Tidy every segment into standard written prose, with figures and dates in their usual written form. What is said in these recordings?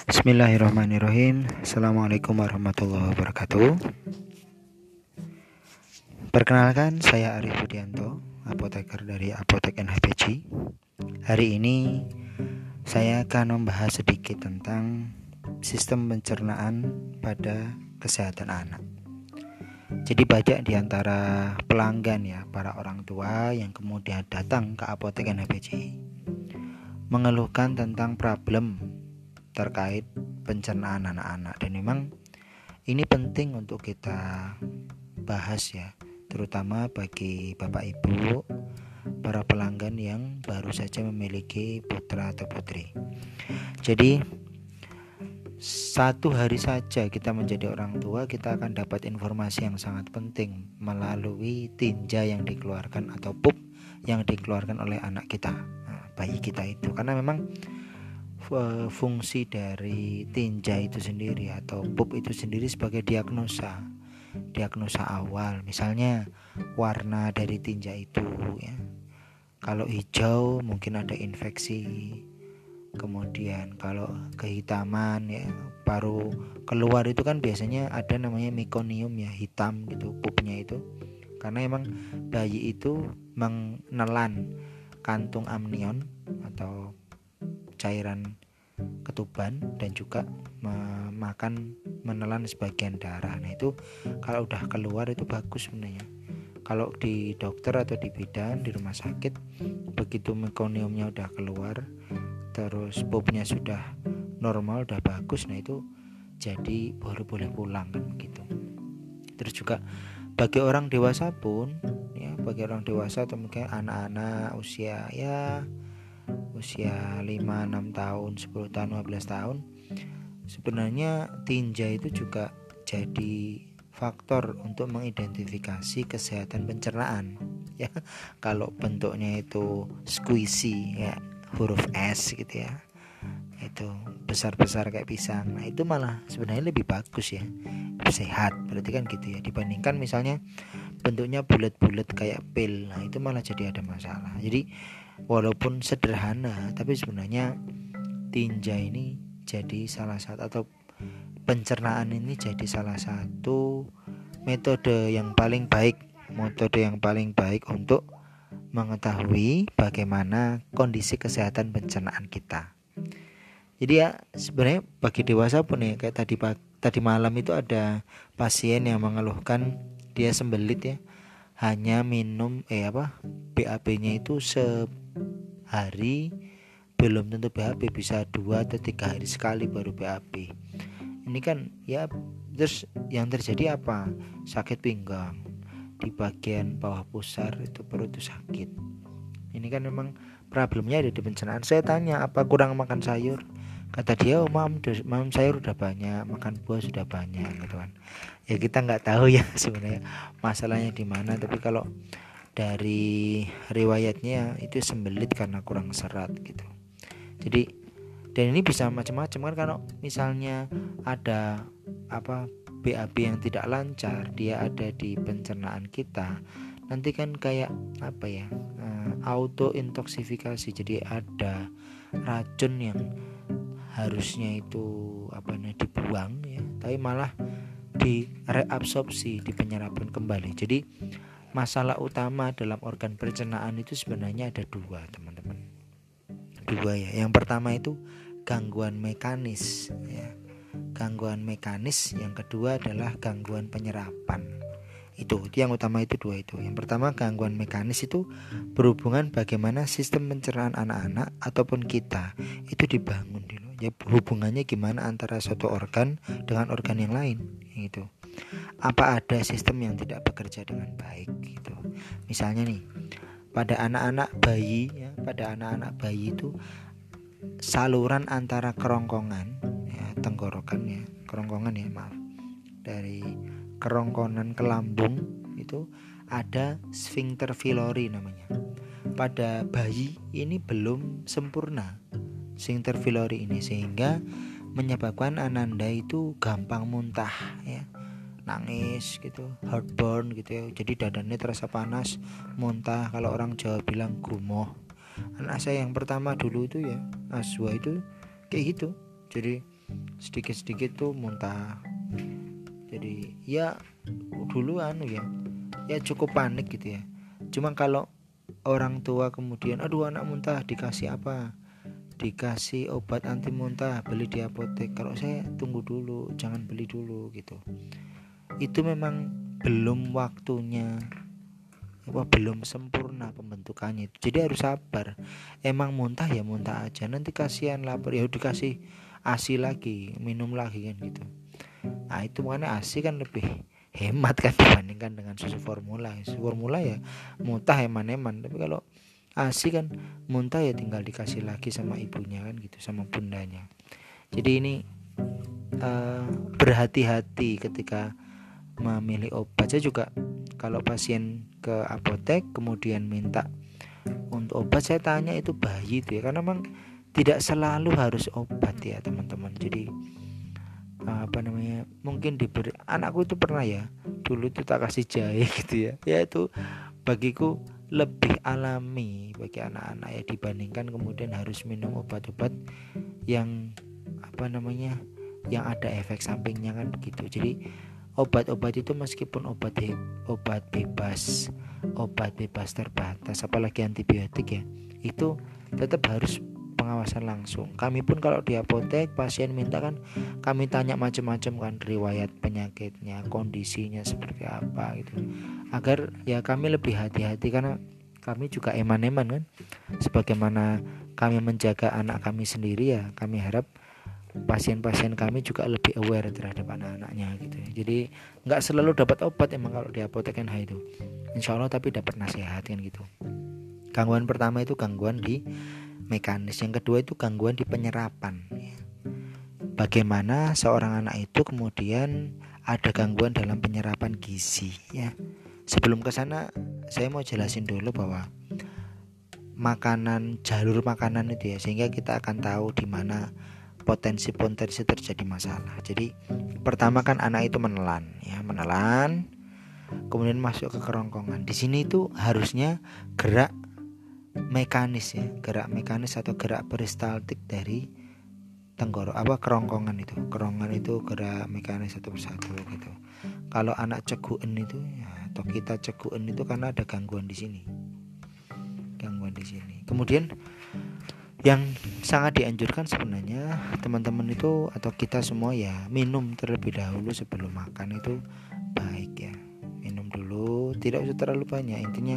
Bismillahirrahmanirrahim. Assalamualaikum warahmatullahi wabarakatuh. Perkenalkan, saya Arif Budianto, apoteker dari Apotek NHPG. Hari ini saya akan membahas sedikit tentang sistem pencernaan pada kesehatan anak. Jadi banyak di antara pelanggan ya, para orang tua yang kemudian datang ke Apotek NHPG mengeluhkan tentang problem terkait pencernaan anak-anak, dan memang ini penting untuk kita bahas ya, terutama bagi Bapak Ibu, para pelanggan yang baru saja memiliki putra atau putri. Jadi satu hari saja kita menjadi orang tua, kita akan dapat informasi yang sangat penting melalui tinja yang dikeluarkan atau pup yang dikeluarkan oleh anak kita, bayi kita itu. Karena memang fungsi dari tinja itu sendiri atau pup itu sendiri sebagai diagnosa awal. Misalnya warna dari tinja itu ya, kalau hijau mungkin ada infeksi, kemudian kalau kehitaman ya, baru keluar itu kan biasanya ada namanya meconium ya, hitam gitu pupnya itu, karena emang bayi itu menelan kantung amnion atau cairan ketuban dan juga menelan sebagian darah. Nah itu kalau udah keluar itu bagus sebenarnya. Kalau di dokter atau di bidan di rumah sakit, begitu meconiumnya udah keluar, terus pupnya sudah normal, udah bagus, nah itu jadi baru boleh pulang kan gitu. Terus juga bagi orang dewasa pun ya, bagi orang dewasa atau mungkin anak-anak usia 5, 6 tahun, 10 tahun, 15 tahun, sebenarnya tinja itu juga jadi faktor untuk mengidentifikasi kesehatan pencernaan ya. Kalau bentuknya itu squishy ya, huruf S gitu ya, itu besar-besar kayak pisang, nah itu malah sebenarnya lebih bagus ya, sehat berarti kan gitu ya, dibandingkan misalnya bentuknya bulat-bulat kayak pil, nah itu malah jadi ada masalah. Jadi walaupun sederhana, tapi sebenarnya tinja ini jadi salah satu, atau pencernaan ini jadi salah satu metode yang paling baik untuk mengetahui bagaimana kondisi kesehatan pencernaan kita. Jadi ya sebenarnya bagi dewasa pun ya, kayak tadi malam itu ada pasien yang mengeluhkan dia sembelit ya, hanya minum BAB-nya itu sehari, belum tentu BAB, bisa 2 atau 3 hari sekali baru BAB. Ini kan ya, terus yang terjadi apa? Sakit pinggang di bagian bawah pusar, itu perut itu sakit. Ini kan memang problemnya ada di pencernaan. Saya tanya, apa kurang makan sayur? Kata dia, oh mam sayur udah banyak, makan buah sudah banyak gitu kan. Ya kita nggak tahu ya sebenarnya masalahnya di mana, tapi kalau dari riwayatnya itu sembelit karena kurang serat gitu. Jadi, dan ini bisa macam-macam kan, kalau misalnya ada BAB yang tidak lancar, dia ada di pencernaan kita, nanti kan kayak auto intoksifikasi. Jadi ada racun yang harusnya itu dibuang ya, tapi malah direabsorpsi, dipenyerapan kembali. Jadi masalah utama dalam organ pencernaan itu sebenarnya ada 2 teman-teman, 2 ya. Yang pertama itu gangguan mekanis ya, gangguan mekanis. Yang kedua adalah gangguan penyerapan. Itu yang utama, itu 2 itu. Yang pertama gangguan mekanis itu berhubungan bagaimana sistem pencernaan anak-anak ataupun kita itu dibangun dulu ya, hubungannya gimana antara suatu organ dengan organ yang lain gitu. Apa ada sistem yang tidak bekerja dengan baik gitu. Misalnya nih, pada anak-anak bayi ya, itu saluran antara kerongkongan ya, tenggorokan ya, kerongkongan ya, dari kerongkongan ke lambung itu ada sphincter pylori namanya. Pada bayi ini belum sempurna sphincter pylori ini, sehingga menyebabkan ananda itu gampang muntah ya, nangis gitu, heartburn gitu ya. Jadi dadanya terasa panas, muntah, kalau orang Jawa bilang gumoh. Anak saya yang pertama dulu itu ya, Aswa itu kayak gitu. Jadi sedikit-sedikit tuh muntah. Jadi ya dulu ya cukup panik gitu ya. Cuma kalau orang tua kemudian aduh anak muntah, dikasih apa, dikasih obat anti muntah, beli di apotek. Kalau saya tunggu dulu, jangan beli dulu gitu. Itu memang belum waktunya, belum sempurna pembentukannya itu. Jadi harus sabar. Emang muntah ya muntah aja, nanti kasihan lapar ya dikasih ASI lagi, minum lagi kan gitu. Nah itu makanya ASI kan lebih hemat kan dibandingkan dengan susu formula. Susu formula ya muntah eman-eman, tapi kalau ASI kan muntah ya tinggal dikasih lagi sama ibunya kan gitu, sama bundanya. Jadi ini berhati-hati ketika memilih obat. Saya juga kalau pasien ke apotek kemudian minta untuk obat, saya tanya itu bayi itu ya, karena memang tidak selalu harus obat ya teman-teman. Jadi mungkin diberi, anakku itu pernah ya dulu itu tak kasih jahe gitu ya, itu bagiku lebih alami bagi anak-anak ya, dibandingkan kemudian harus minum obat-obat yang yang ada efek sampingnya kan begitu. Jadi obat-obat itu meskipun obat bebas, obat bebas terbatas, apalagi antibiotik ya, itu tetap harus pengawasan langsung. Kami pun kalau di apotek pasien minta kan kami tanya macam-macam kan, riwayat penyakitnya, kondisinya seperti apa gitu, agar ya kami lebih hati-hati, karena kami juga eman-eman kan, sebagaimana kami menjaga anak kami sendiri ya kami harap pasien-pasien kami juga lebih aware terhadap anak-anaknya gitu ya. Jadi nggak selalu dapat obat emang kalau di apotek kan itu, insya Allah, tapi dapat nasihat kan gitu. Gangguan pertama itu gangguan di mekanis, yang kedua itu gangguan di penyerapan ya. Bagaimana seorang anak itu kemudian ada gangguan dalam penyerapan gizi ya. Sebelum ke sana saya mau jelasin dulu bahwa makanan, jalur makanan itu ya, sehingga kita akan tahu di mana potensi-potensi terjadi masalah. Jadi pertama kan anak itu menelan, kemudian masuk ke kerongkongan. Di sini itu harusnya gerak mekanis ya, gerak mekanis atau gerak peristaltik dari kerongkongan itu. Kerongkongan itu gerak mekanis satu persatu gitu. Kalau anak ceguken itu ya, atau kita ceguken itu karena ada gangguan di sini. Kemudian yang sangat dianjurkan sebenarnya teman-teman itu atau kita semua ya minum terlebih dahulu sebelum makan itu baik ya. Minum dulu, tidak usah terlalu banyak. Intinya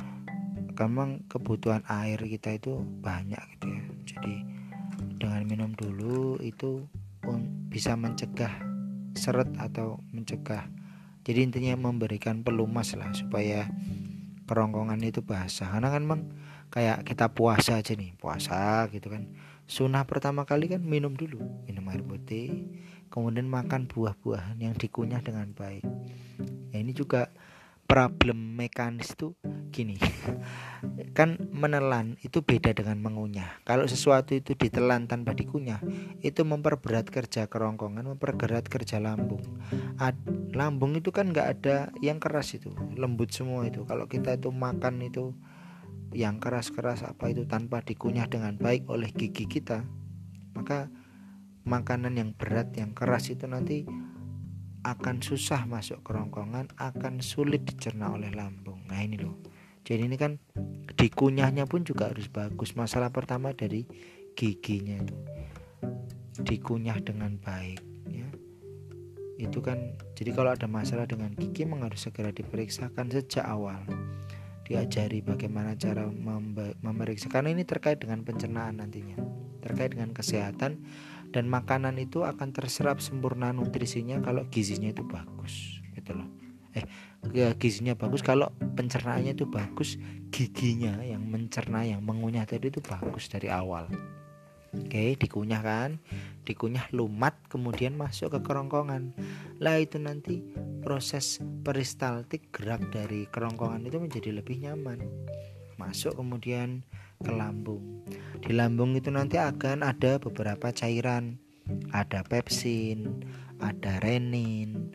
memang kebutuhan air kita itu banyak gitu ya. Jadi dengan minum dulu itu bisa mencegah seret atau mencegah. Jadi intinya memberikan pelumas lah supaya kerongkongan itu basah. Karena kan memang kayak kita puasa aja nih, puasa gitu kan, sunnah pertama kali kan minum dulu, minum air putih, kemudian makan buah-buahan yang dikunyah dengan baik. Ya ini juga problem mekanis tuh gini kan, menelan itu beda dengan mengunyah. Kalau sesuatu itu ditelan tanpa dikunyah, itu memperberat kerja kerongkongan, memperberat kerja lambung. Lambung itu kan nggak ada yang keras, itu lembut semua itu. Kalau kita itu makan itu yang keras-keras apa itu tanpa dikunyah dengan baik oleh gigi kita, maka makanan yang berat, yang keras itu nanti akan susah masuk kerongkongan, akan sulit dicerna oleh lambung. Nah ini loh, jadi ini kan dikunyahnya pun juga harus bagus. Masalah pertama dari giginya itu dikunyah dengan baik ya. Itu kan, jadi kalau ada masalah dengan gigi memang harus segera diperiksakan sejak awal, diajari bagaimana cara memeriksa, karena ini terkait dengan pencernaan nantinya, terkait dengan kesehatan, dan makanan itu akan terserap sempurna nutrisinya kalau gizinya itu bagus gitu loh. Gizinya bagus kalau pencernaannya itu bagus, giginya yang mencerna, yang mengunyah tadi itu bagus dari awal. Oke, dikunyah kan, dikunyah lumat, kemudian masuk ke kerongkongan. Lah itu nanti proses peristaltik, gerak dari kerongkongan itu menjadi lebih nyaman. Masuk kemudian ke lambung. Di lambung itu nanti akan ada beberapa cairan, ada pepsin, ada renin,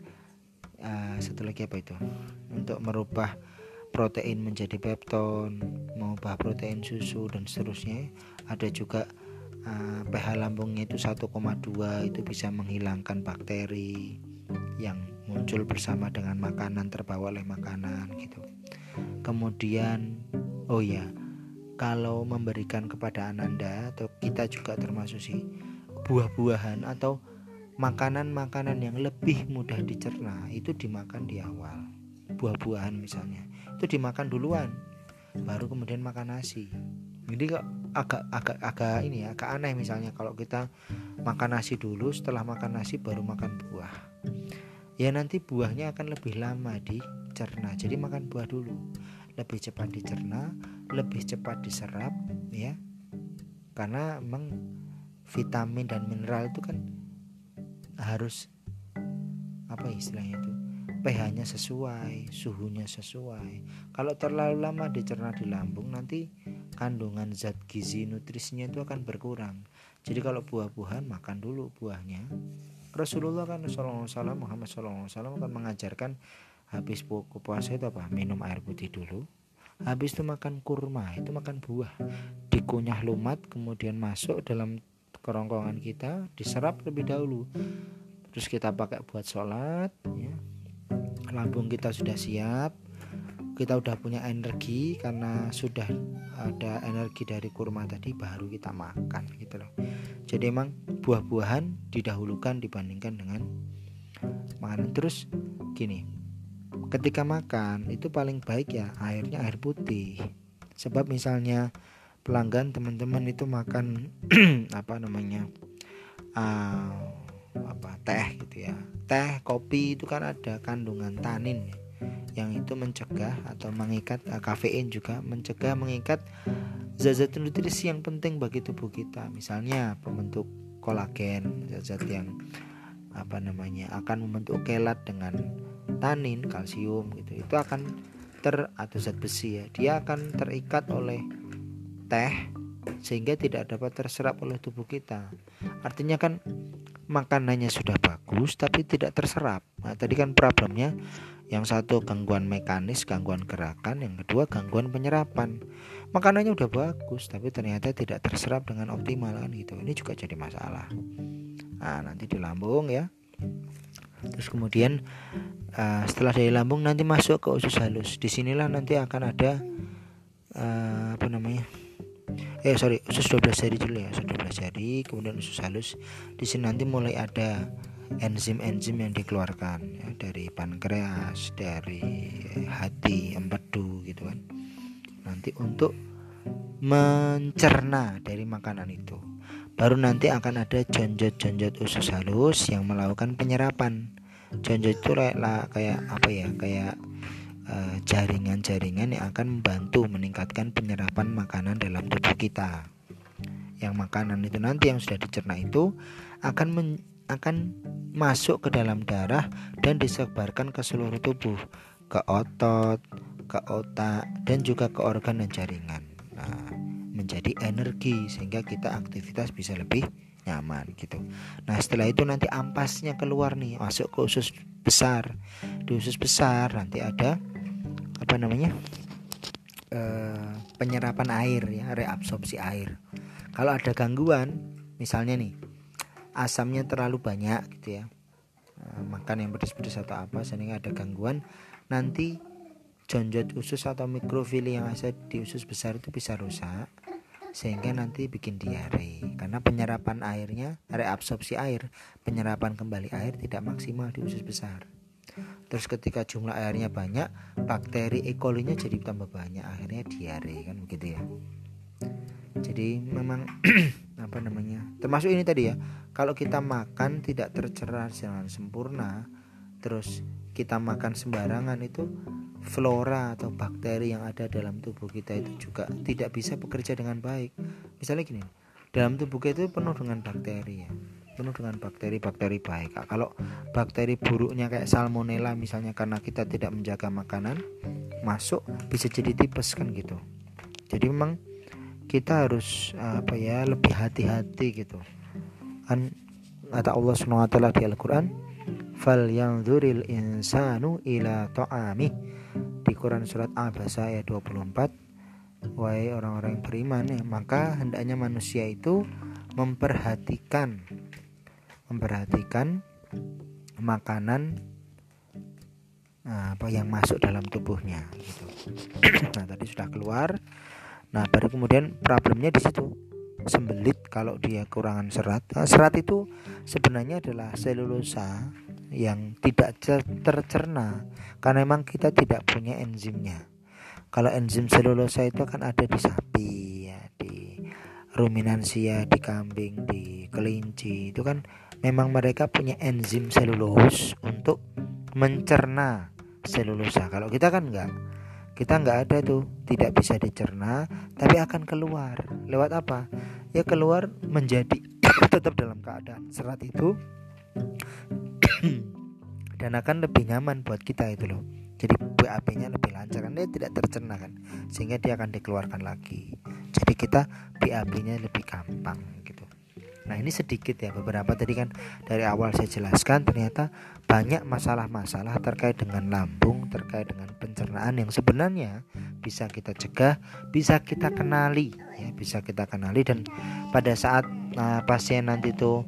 satu lagi apa itu, untuk merubah protein menjadi pepton, mengubah protein susu dan seterusnya. Ada juga pH lambungnya itu 1,2 itu bisa menghilangkan bakteri yang muncul bersama dengan makanan, terbawa oleh makanan gitu. Kemudian kalau memberikan kepada Ananda atau kita juga termasuk sih, buah-buahan atau makanan-makanan yang lebih mudah dicerna itu dimakan di awal. Buah-buahan misalnya itu dimakan duluan, baru kemudian makan nasi. Jadi kok agak aneh misalnya kalau kita makan nasi dulu, setelah makan nasi baru makan buah. Ya nanti buahnya akan lebih lama dicerna. Jadi makan buah dulu, lebih cepat dicerna, lebih cepat diserap ya. Karena memang vitamin dan mineral itu kan harus istilahnya itu pH-nya sesuai, suhunya sesuai. Kalau terlalu lama dicerna di lambung, nanti kandungan zat gizi nutrisinya itu akan berkurang. Jadi kalau buah-buahan makan dulu buahnya. Rasulullah kan Muhammad SAW kan mengajarkan habis puasa itu minum air putih dulu. Habis itu makan kurma, itu makan buah, dikunyah lumat, kemudian masuk dalam kerongkongan kita, diserap lebih dahulu. Terus kita pakai buat sholat ya. Lambung kita sudah siap, kita udah punya energi karena sudah ada energi dari kurma tadi, baru kita makan gitu loh. Jadi emang buah-buahan didahulukan dibandingkan dengan makanan. Terus gini, ketika makan itu paling baik ya airnya air putih. Sebab misalnya pelanggan teman-teman itu makan teh gitu ya, teh, kopi itu kan ada kandungan tanin yang itu mencegah atau mengikat, kafein juga mencegah mengikat zat-zat nutrisi yang penting bagi tubuh kita. Misalnya pembentuk kolagen, zat-zat yang akan membentuk kelat dengan tanin, kalsium gitu. Itu akan atau zat besi ya, dia akan terikat oleh teh sehingga tidak dapat terserap oleh tubuh kita. Artinya kan makanannya sudah bagus tapi tidak terserap. Nah, tadi kan problemnya yang satu gangguan mekanis, gangguan gerakan, yang kedua gangguan penyerapan. Makanannya udah bagus tapi ternyata tidak terserap dengan optimal kan gitu. Ini juga jadi masalah. Nah, nanti di lambung ya. Terus kemudian setelah dari lambung nanti masuk ke usus halus. Disinilah nanti akan ada usus 12 jari dulu ya, usus 12 jari, kemudian usus halus. Di sini nanti mulai ada enzim-enzim yang dikeluarkan ya, dari pankreas, dari hati, empedu gitu kan. Nanti untuk mencerna dari makanan itu. Baru nanti akan ada jonjot-jonjot usus halus yang melakukan penyerapan. Jonjot itu kayak jaringan-jaringan yang akan membantu meningkatkan penyerapan makanan dalam tubuh kita. Yang makanan itu nanti yang sudah dicerna itu akan masuk ke dalam darah dan disebarkan ke seluruh tubuh, ke otot, ke otak, dan juga ke organ dan jaringan. Nah, menjadi energi sehingga kita aktivitas bisa lebih nyaman gitu. Nah, setelah itu nanti ampasnya keluar nih, masuk ke usus besar. Di usus besar nanti ada penyerapan air ya, reabsorpsi air. Kalau ada gangguan, misalnya nih asamnya terlalu banyak gitu ya, makan yang pedas-pedas atau apa, sehingga ada gangguan, nanti jonjot usus atau mikrofili yang ada di usus besar itu bisa rusak sehingga nanti bikin diare karena penyerapan airnya, reabsorpsi air, penyerapan kembali air tidak maksimal di usus besar. Terus ketika jumlah airnya banyak, bakteri E. coli-nya jadi tambah banyak, akhirnya diare kan begitu ya. Jadi memang termasuk ini tadi ya, kalau kita makan tidak tercerna dengan sempurna, terus kita makan sembarangan, itu flora atau bakteri yang ada dalam tubuh kita itu juga tidak bisa bekerja dengan baik. Misalnya gini, dalam tubuh kita itu penuh dengan bakteri ya, penuh dengan bakteri baik. Kalau bakteri buruknya kayak salmonella misalnya, karena kita tidak menjaga makanan masuk, bisa jadi tipes kan gitu. Jadi memang kita harus lebih hati-hati gitu kan. Kata Allah SWT di Al-Quran, fal yanzuril insanu ila ta'ami, di Quran surat Al-Baqarah ayat 24. Wahai orang-orang yang beriman ya, maka hendaknya manusia itu memperhatikan makanan apa yang masuk dalam tubuhnya gitu. Nah, tadi sudah keluar. Nah, baru kemudian problemnya di situ. Sembelit kalau dia kekurangan serat. Serat itu sebenarnya adalah selulosa yang tidak tercerna karena memang kita tidak punya enzimnya. Kalau enzim selulosa itu kan ada di sapi ya, di ruminansia, di kambing, di kelinci. Itu kan memang mereka punya enzim selulose untuk mencerna selulosa. Kalau kita kan enggak. Kita nggak ada tuh, tidak bisa dicerna, tapi akan keluar. Lewat apa? Ya keluar menjadi tetap dalam keadaan serat itu dan akan lebih nyaman buat kita itu loh. Jadi BAB-nya lebih lancar kan, dia tidak tercerna kan, sehingga dia akan dikeluarkan lagi. Jadi kita BAB-nya lebih gampang gitu. Nah, ini sedikit ya, beberapa tadi kan dari awal saya jelaskan ternyata banyak masalah-masalah terkait dengan lambung, terkait dengan pencernaan yang sebenarnya bisa kita cegah, bisa kita kenali ya, dan pada saat pasien nanti itu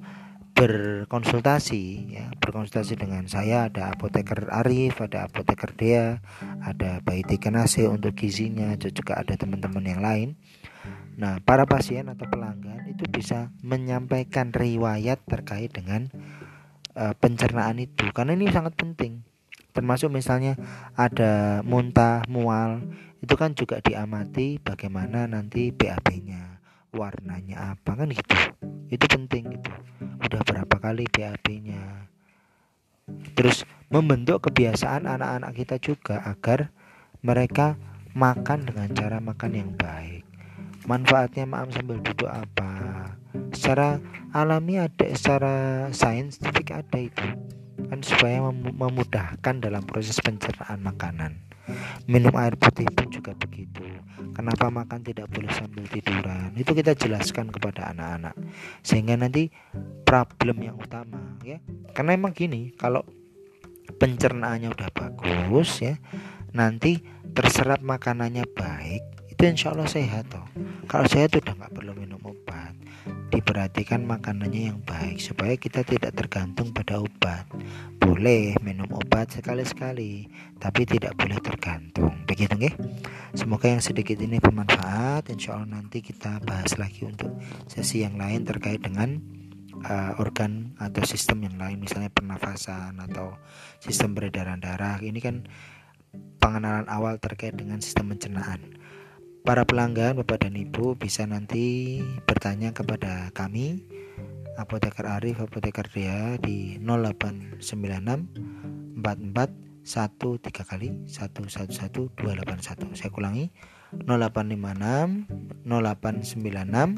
berkonsultasi dengan saya, ada apoteker Arif, ada apoteker Dea, ada Baiti Kenase untuk gizinya, juga ada teman-teman yang lain. Nah, para pasien atau pelanggan itu bisa menyampaikan riwayat terkait dengan pencernaan itu, karena ini sangat penting. Termasuk misalnya ada muntah, mual, itu kan juga diamati bagaimana nanti BAB-nya, warnanya apa kan gitu. Itu penting gitu. Udah berapa kali BAB-nya. Terus membentuk kebiasaan anak-anak kita juga agar mereka makan dengan cara makan yang baik. Manfaatnya makan sambil duduk apa? Secara alami ada, secara saintifik ada itu. Kan supaya memudahkan dalam proses pencernaan makanan. Minum air putih pun juga begitu. Kenapa makan tidak boleh sambil tiduran? Itu kita jelaskan kepada anak-anak. Sehingga nanti problem yang utama ya. Karena emang gini, kalau pencernaannya udah bagus ya, nanti terserap makanannya baik, itu insya Allah sehat toh. Kalau sehat udah gak perlu minum obat. Diperhatikan makanannya yang baik supaya kita tidak tergantung pada obat. Boleh minum obat sekali-sekali, tapi tidak boleh tergantung. Begitu nggih? Semoga yang sedikit ini bermanfaat. Insya Allah nanti kita bahas lagi untuk sesi yang lain terkait dengan organ atau sistem yang lain, misalnya pernafasan atau sistem peredaran darah. Ini kan pengenalan awal terkait dengan sistem pencernaan. Para pelanggan Bapak dan Ibu bisa nanti bertanya kepada kami, Apoteker Arif, Apoteker Dea di 0896 44 13 kali 111 281. Saya ulangi, 0856 0896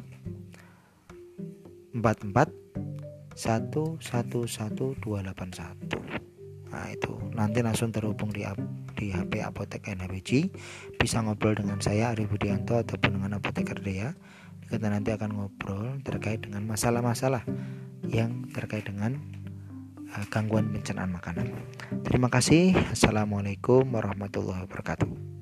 44 111281. Nah, itu nanti langsung terhubung di HP Apotek NHBG, bisa ngobrol dengan saya Arif Budianto ataupun dengan Apoteker Dea. Kita nanti akan ngobrol terkait dengan masalah-masalah yang terkait dengan gangguan pencernaan makanan. Terima kasih. Assalamualaikum warahmatullahi wabarakatuh.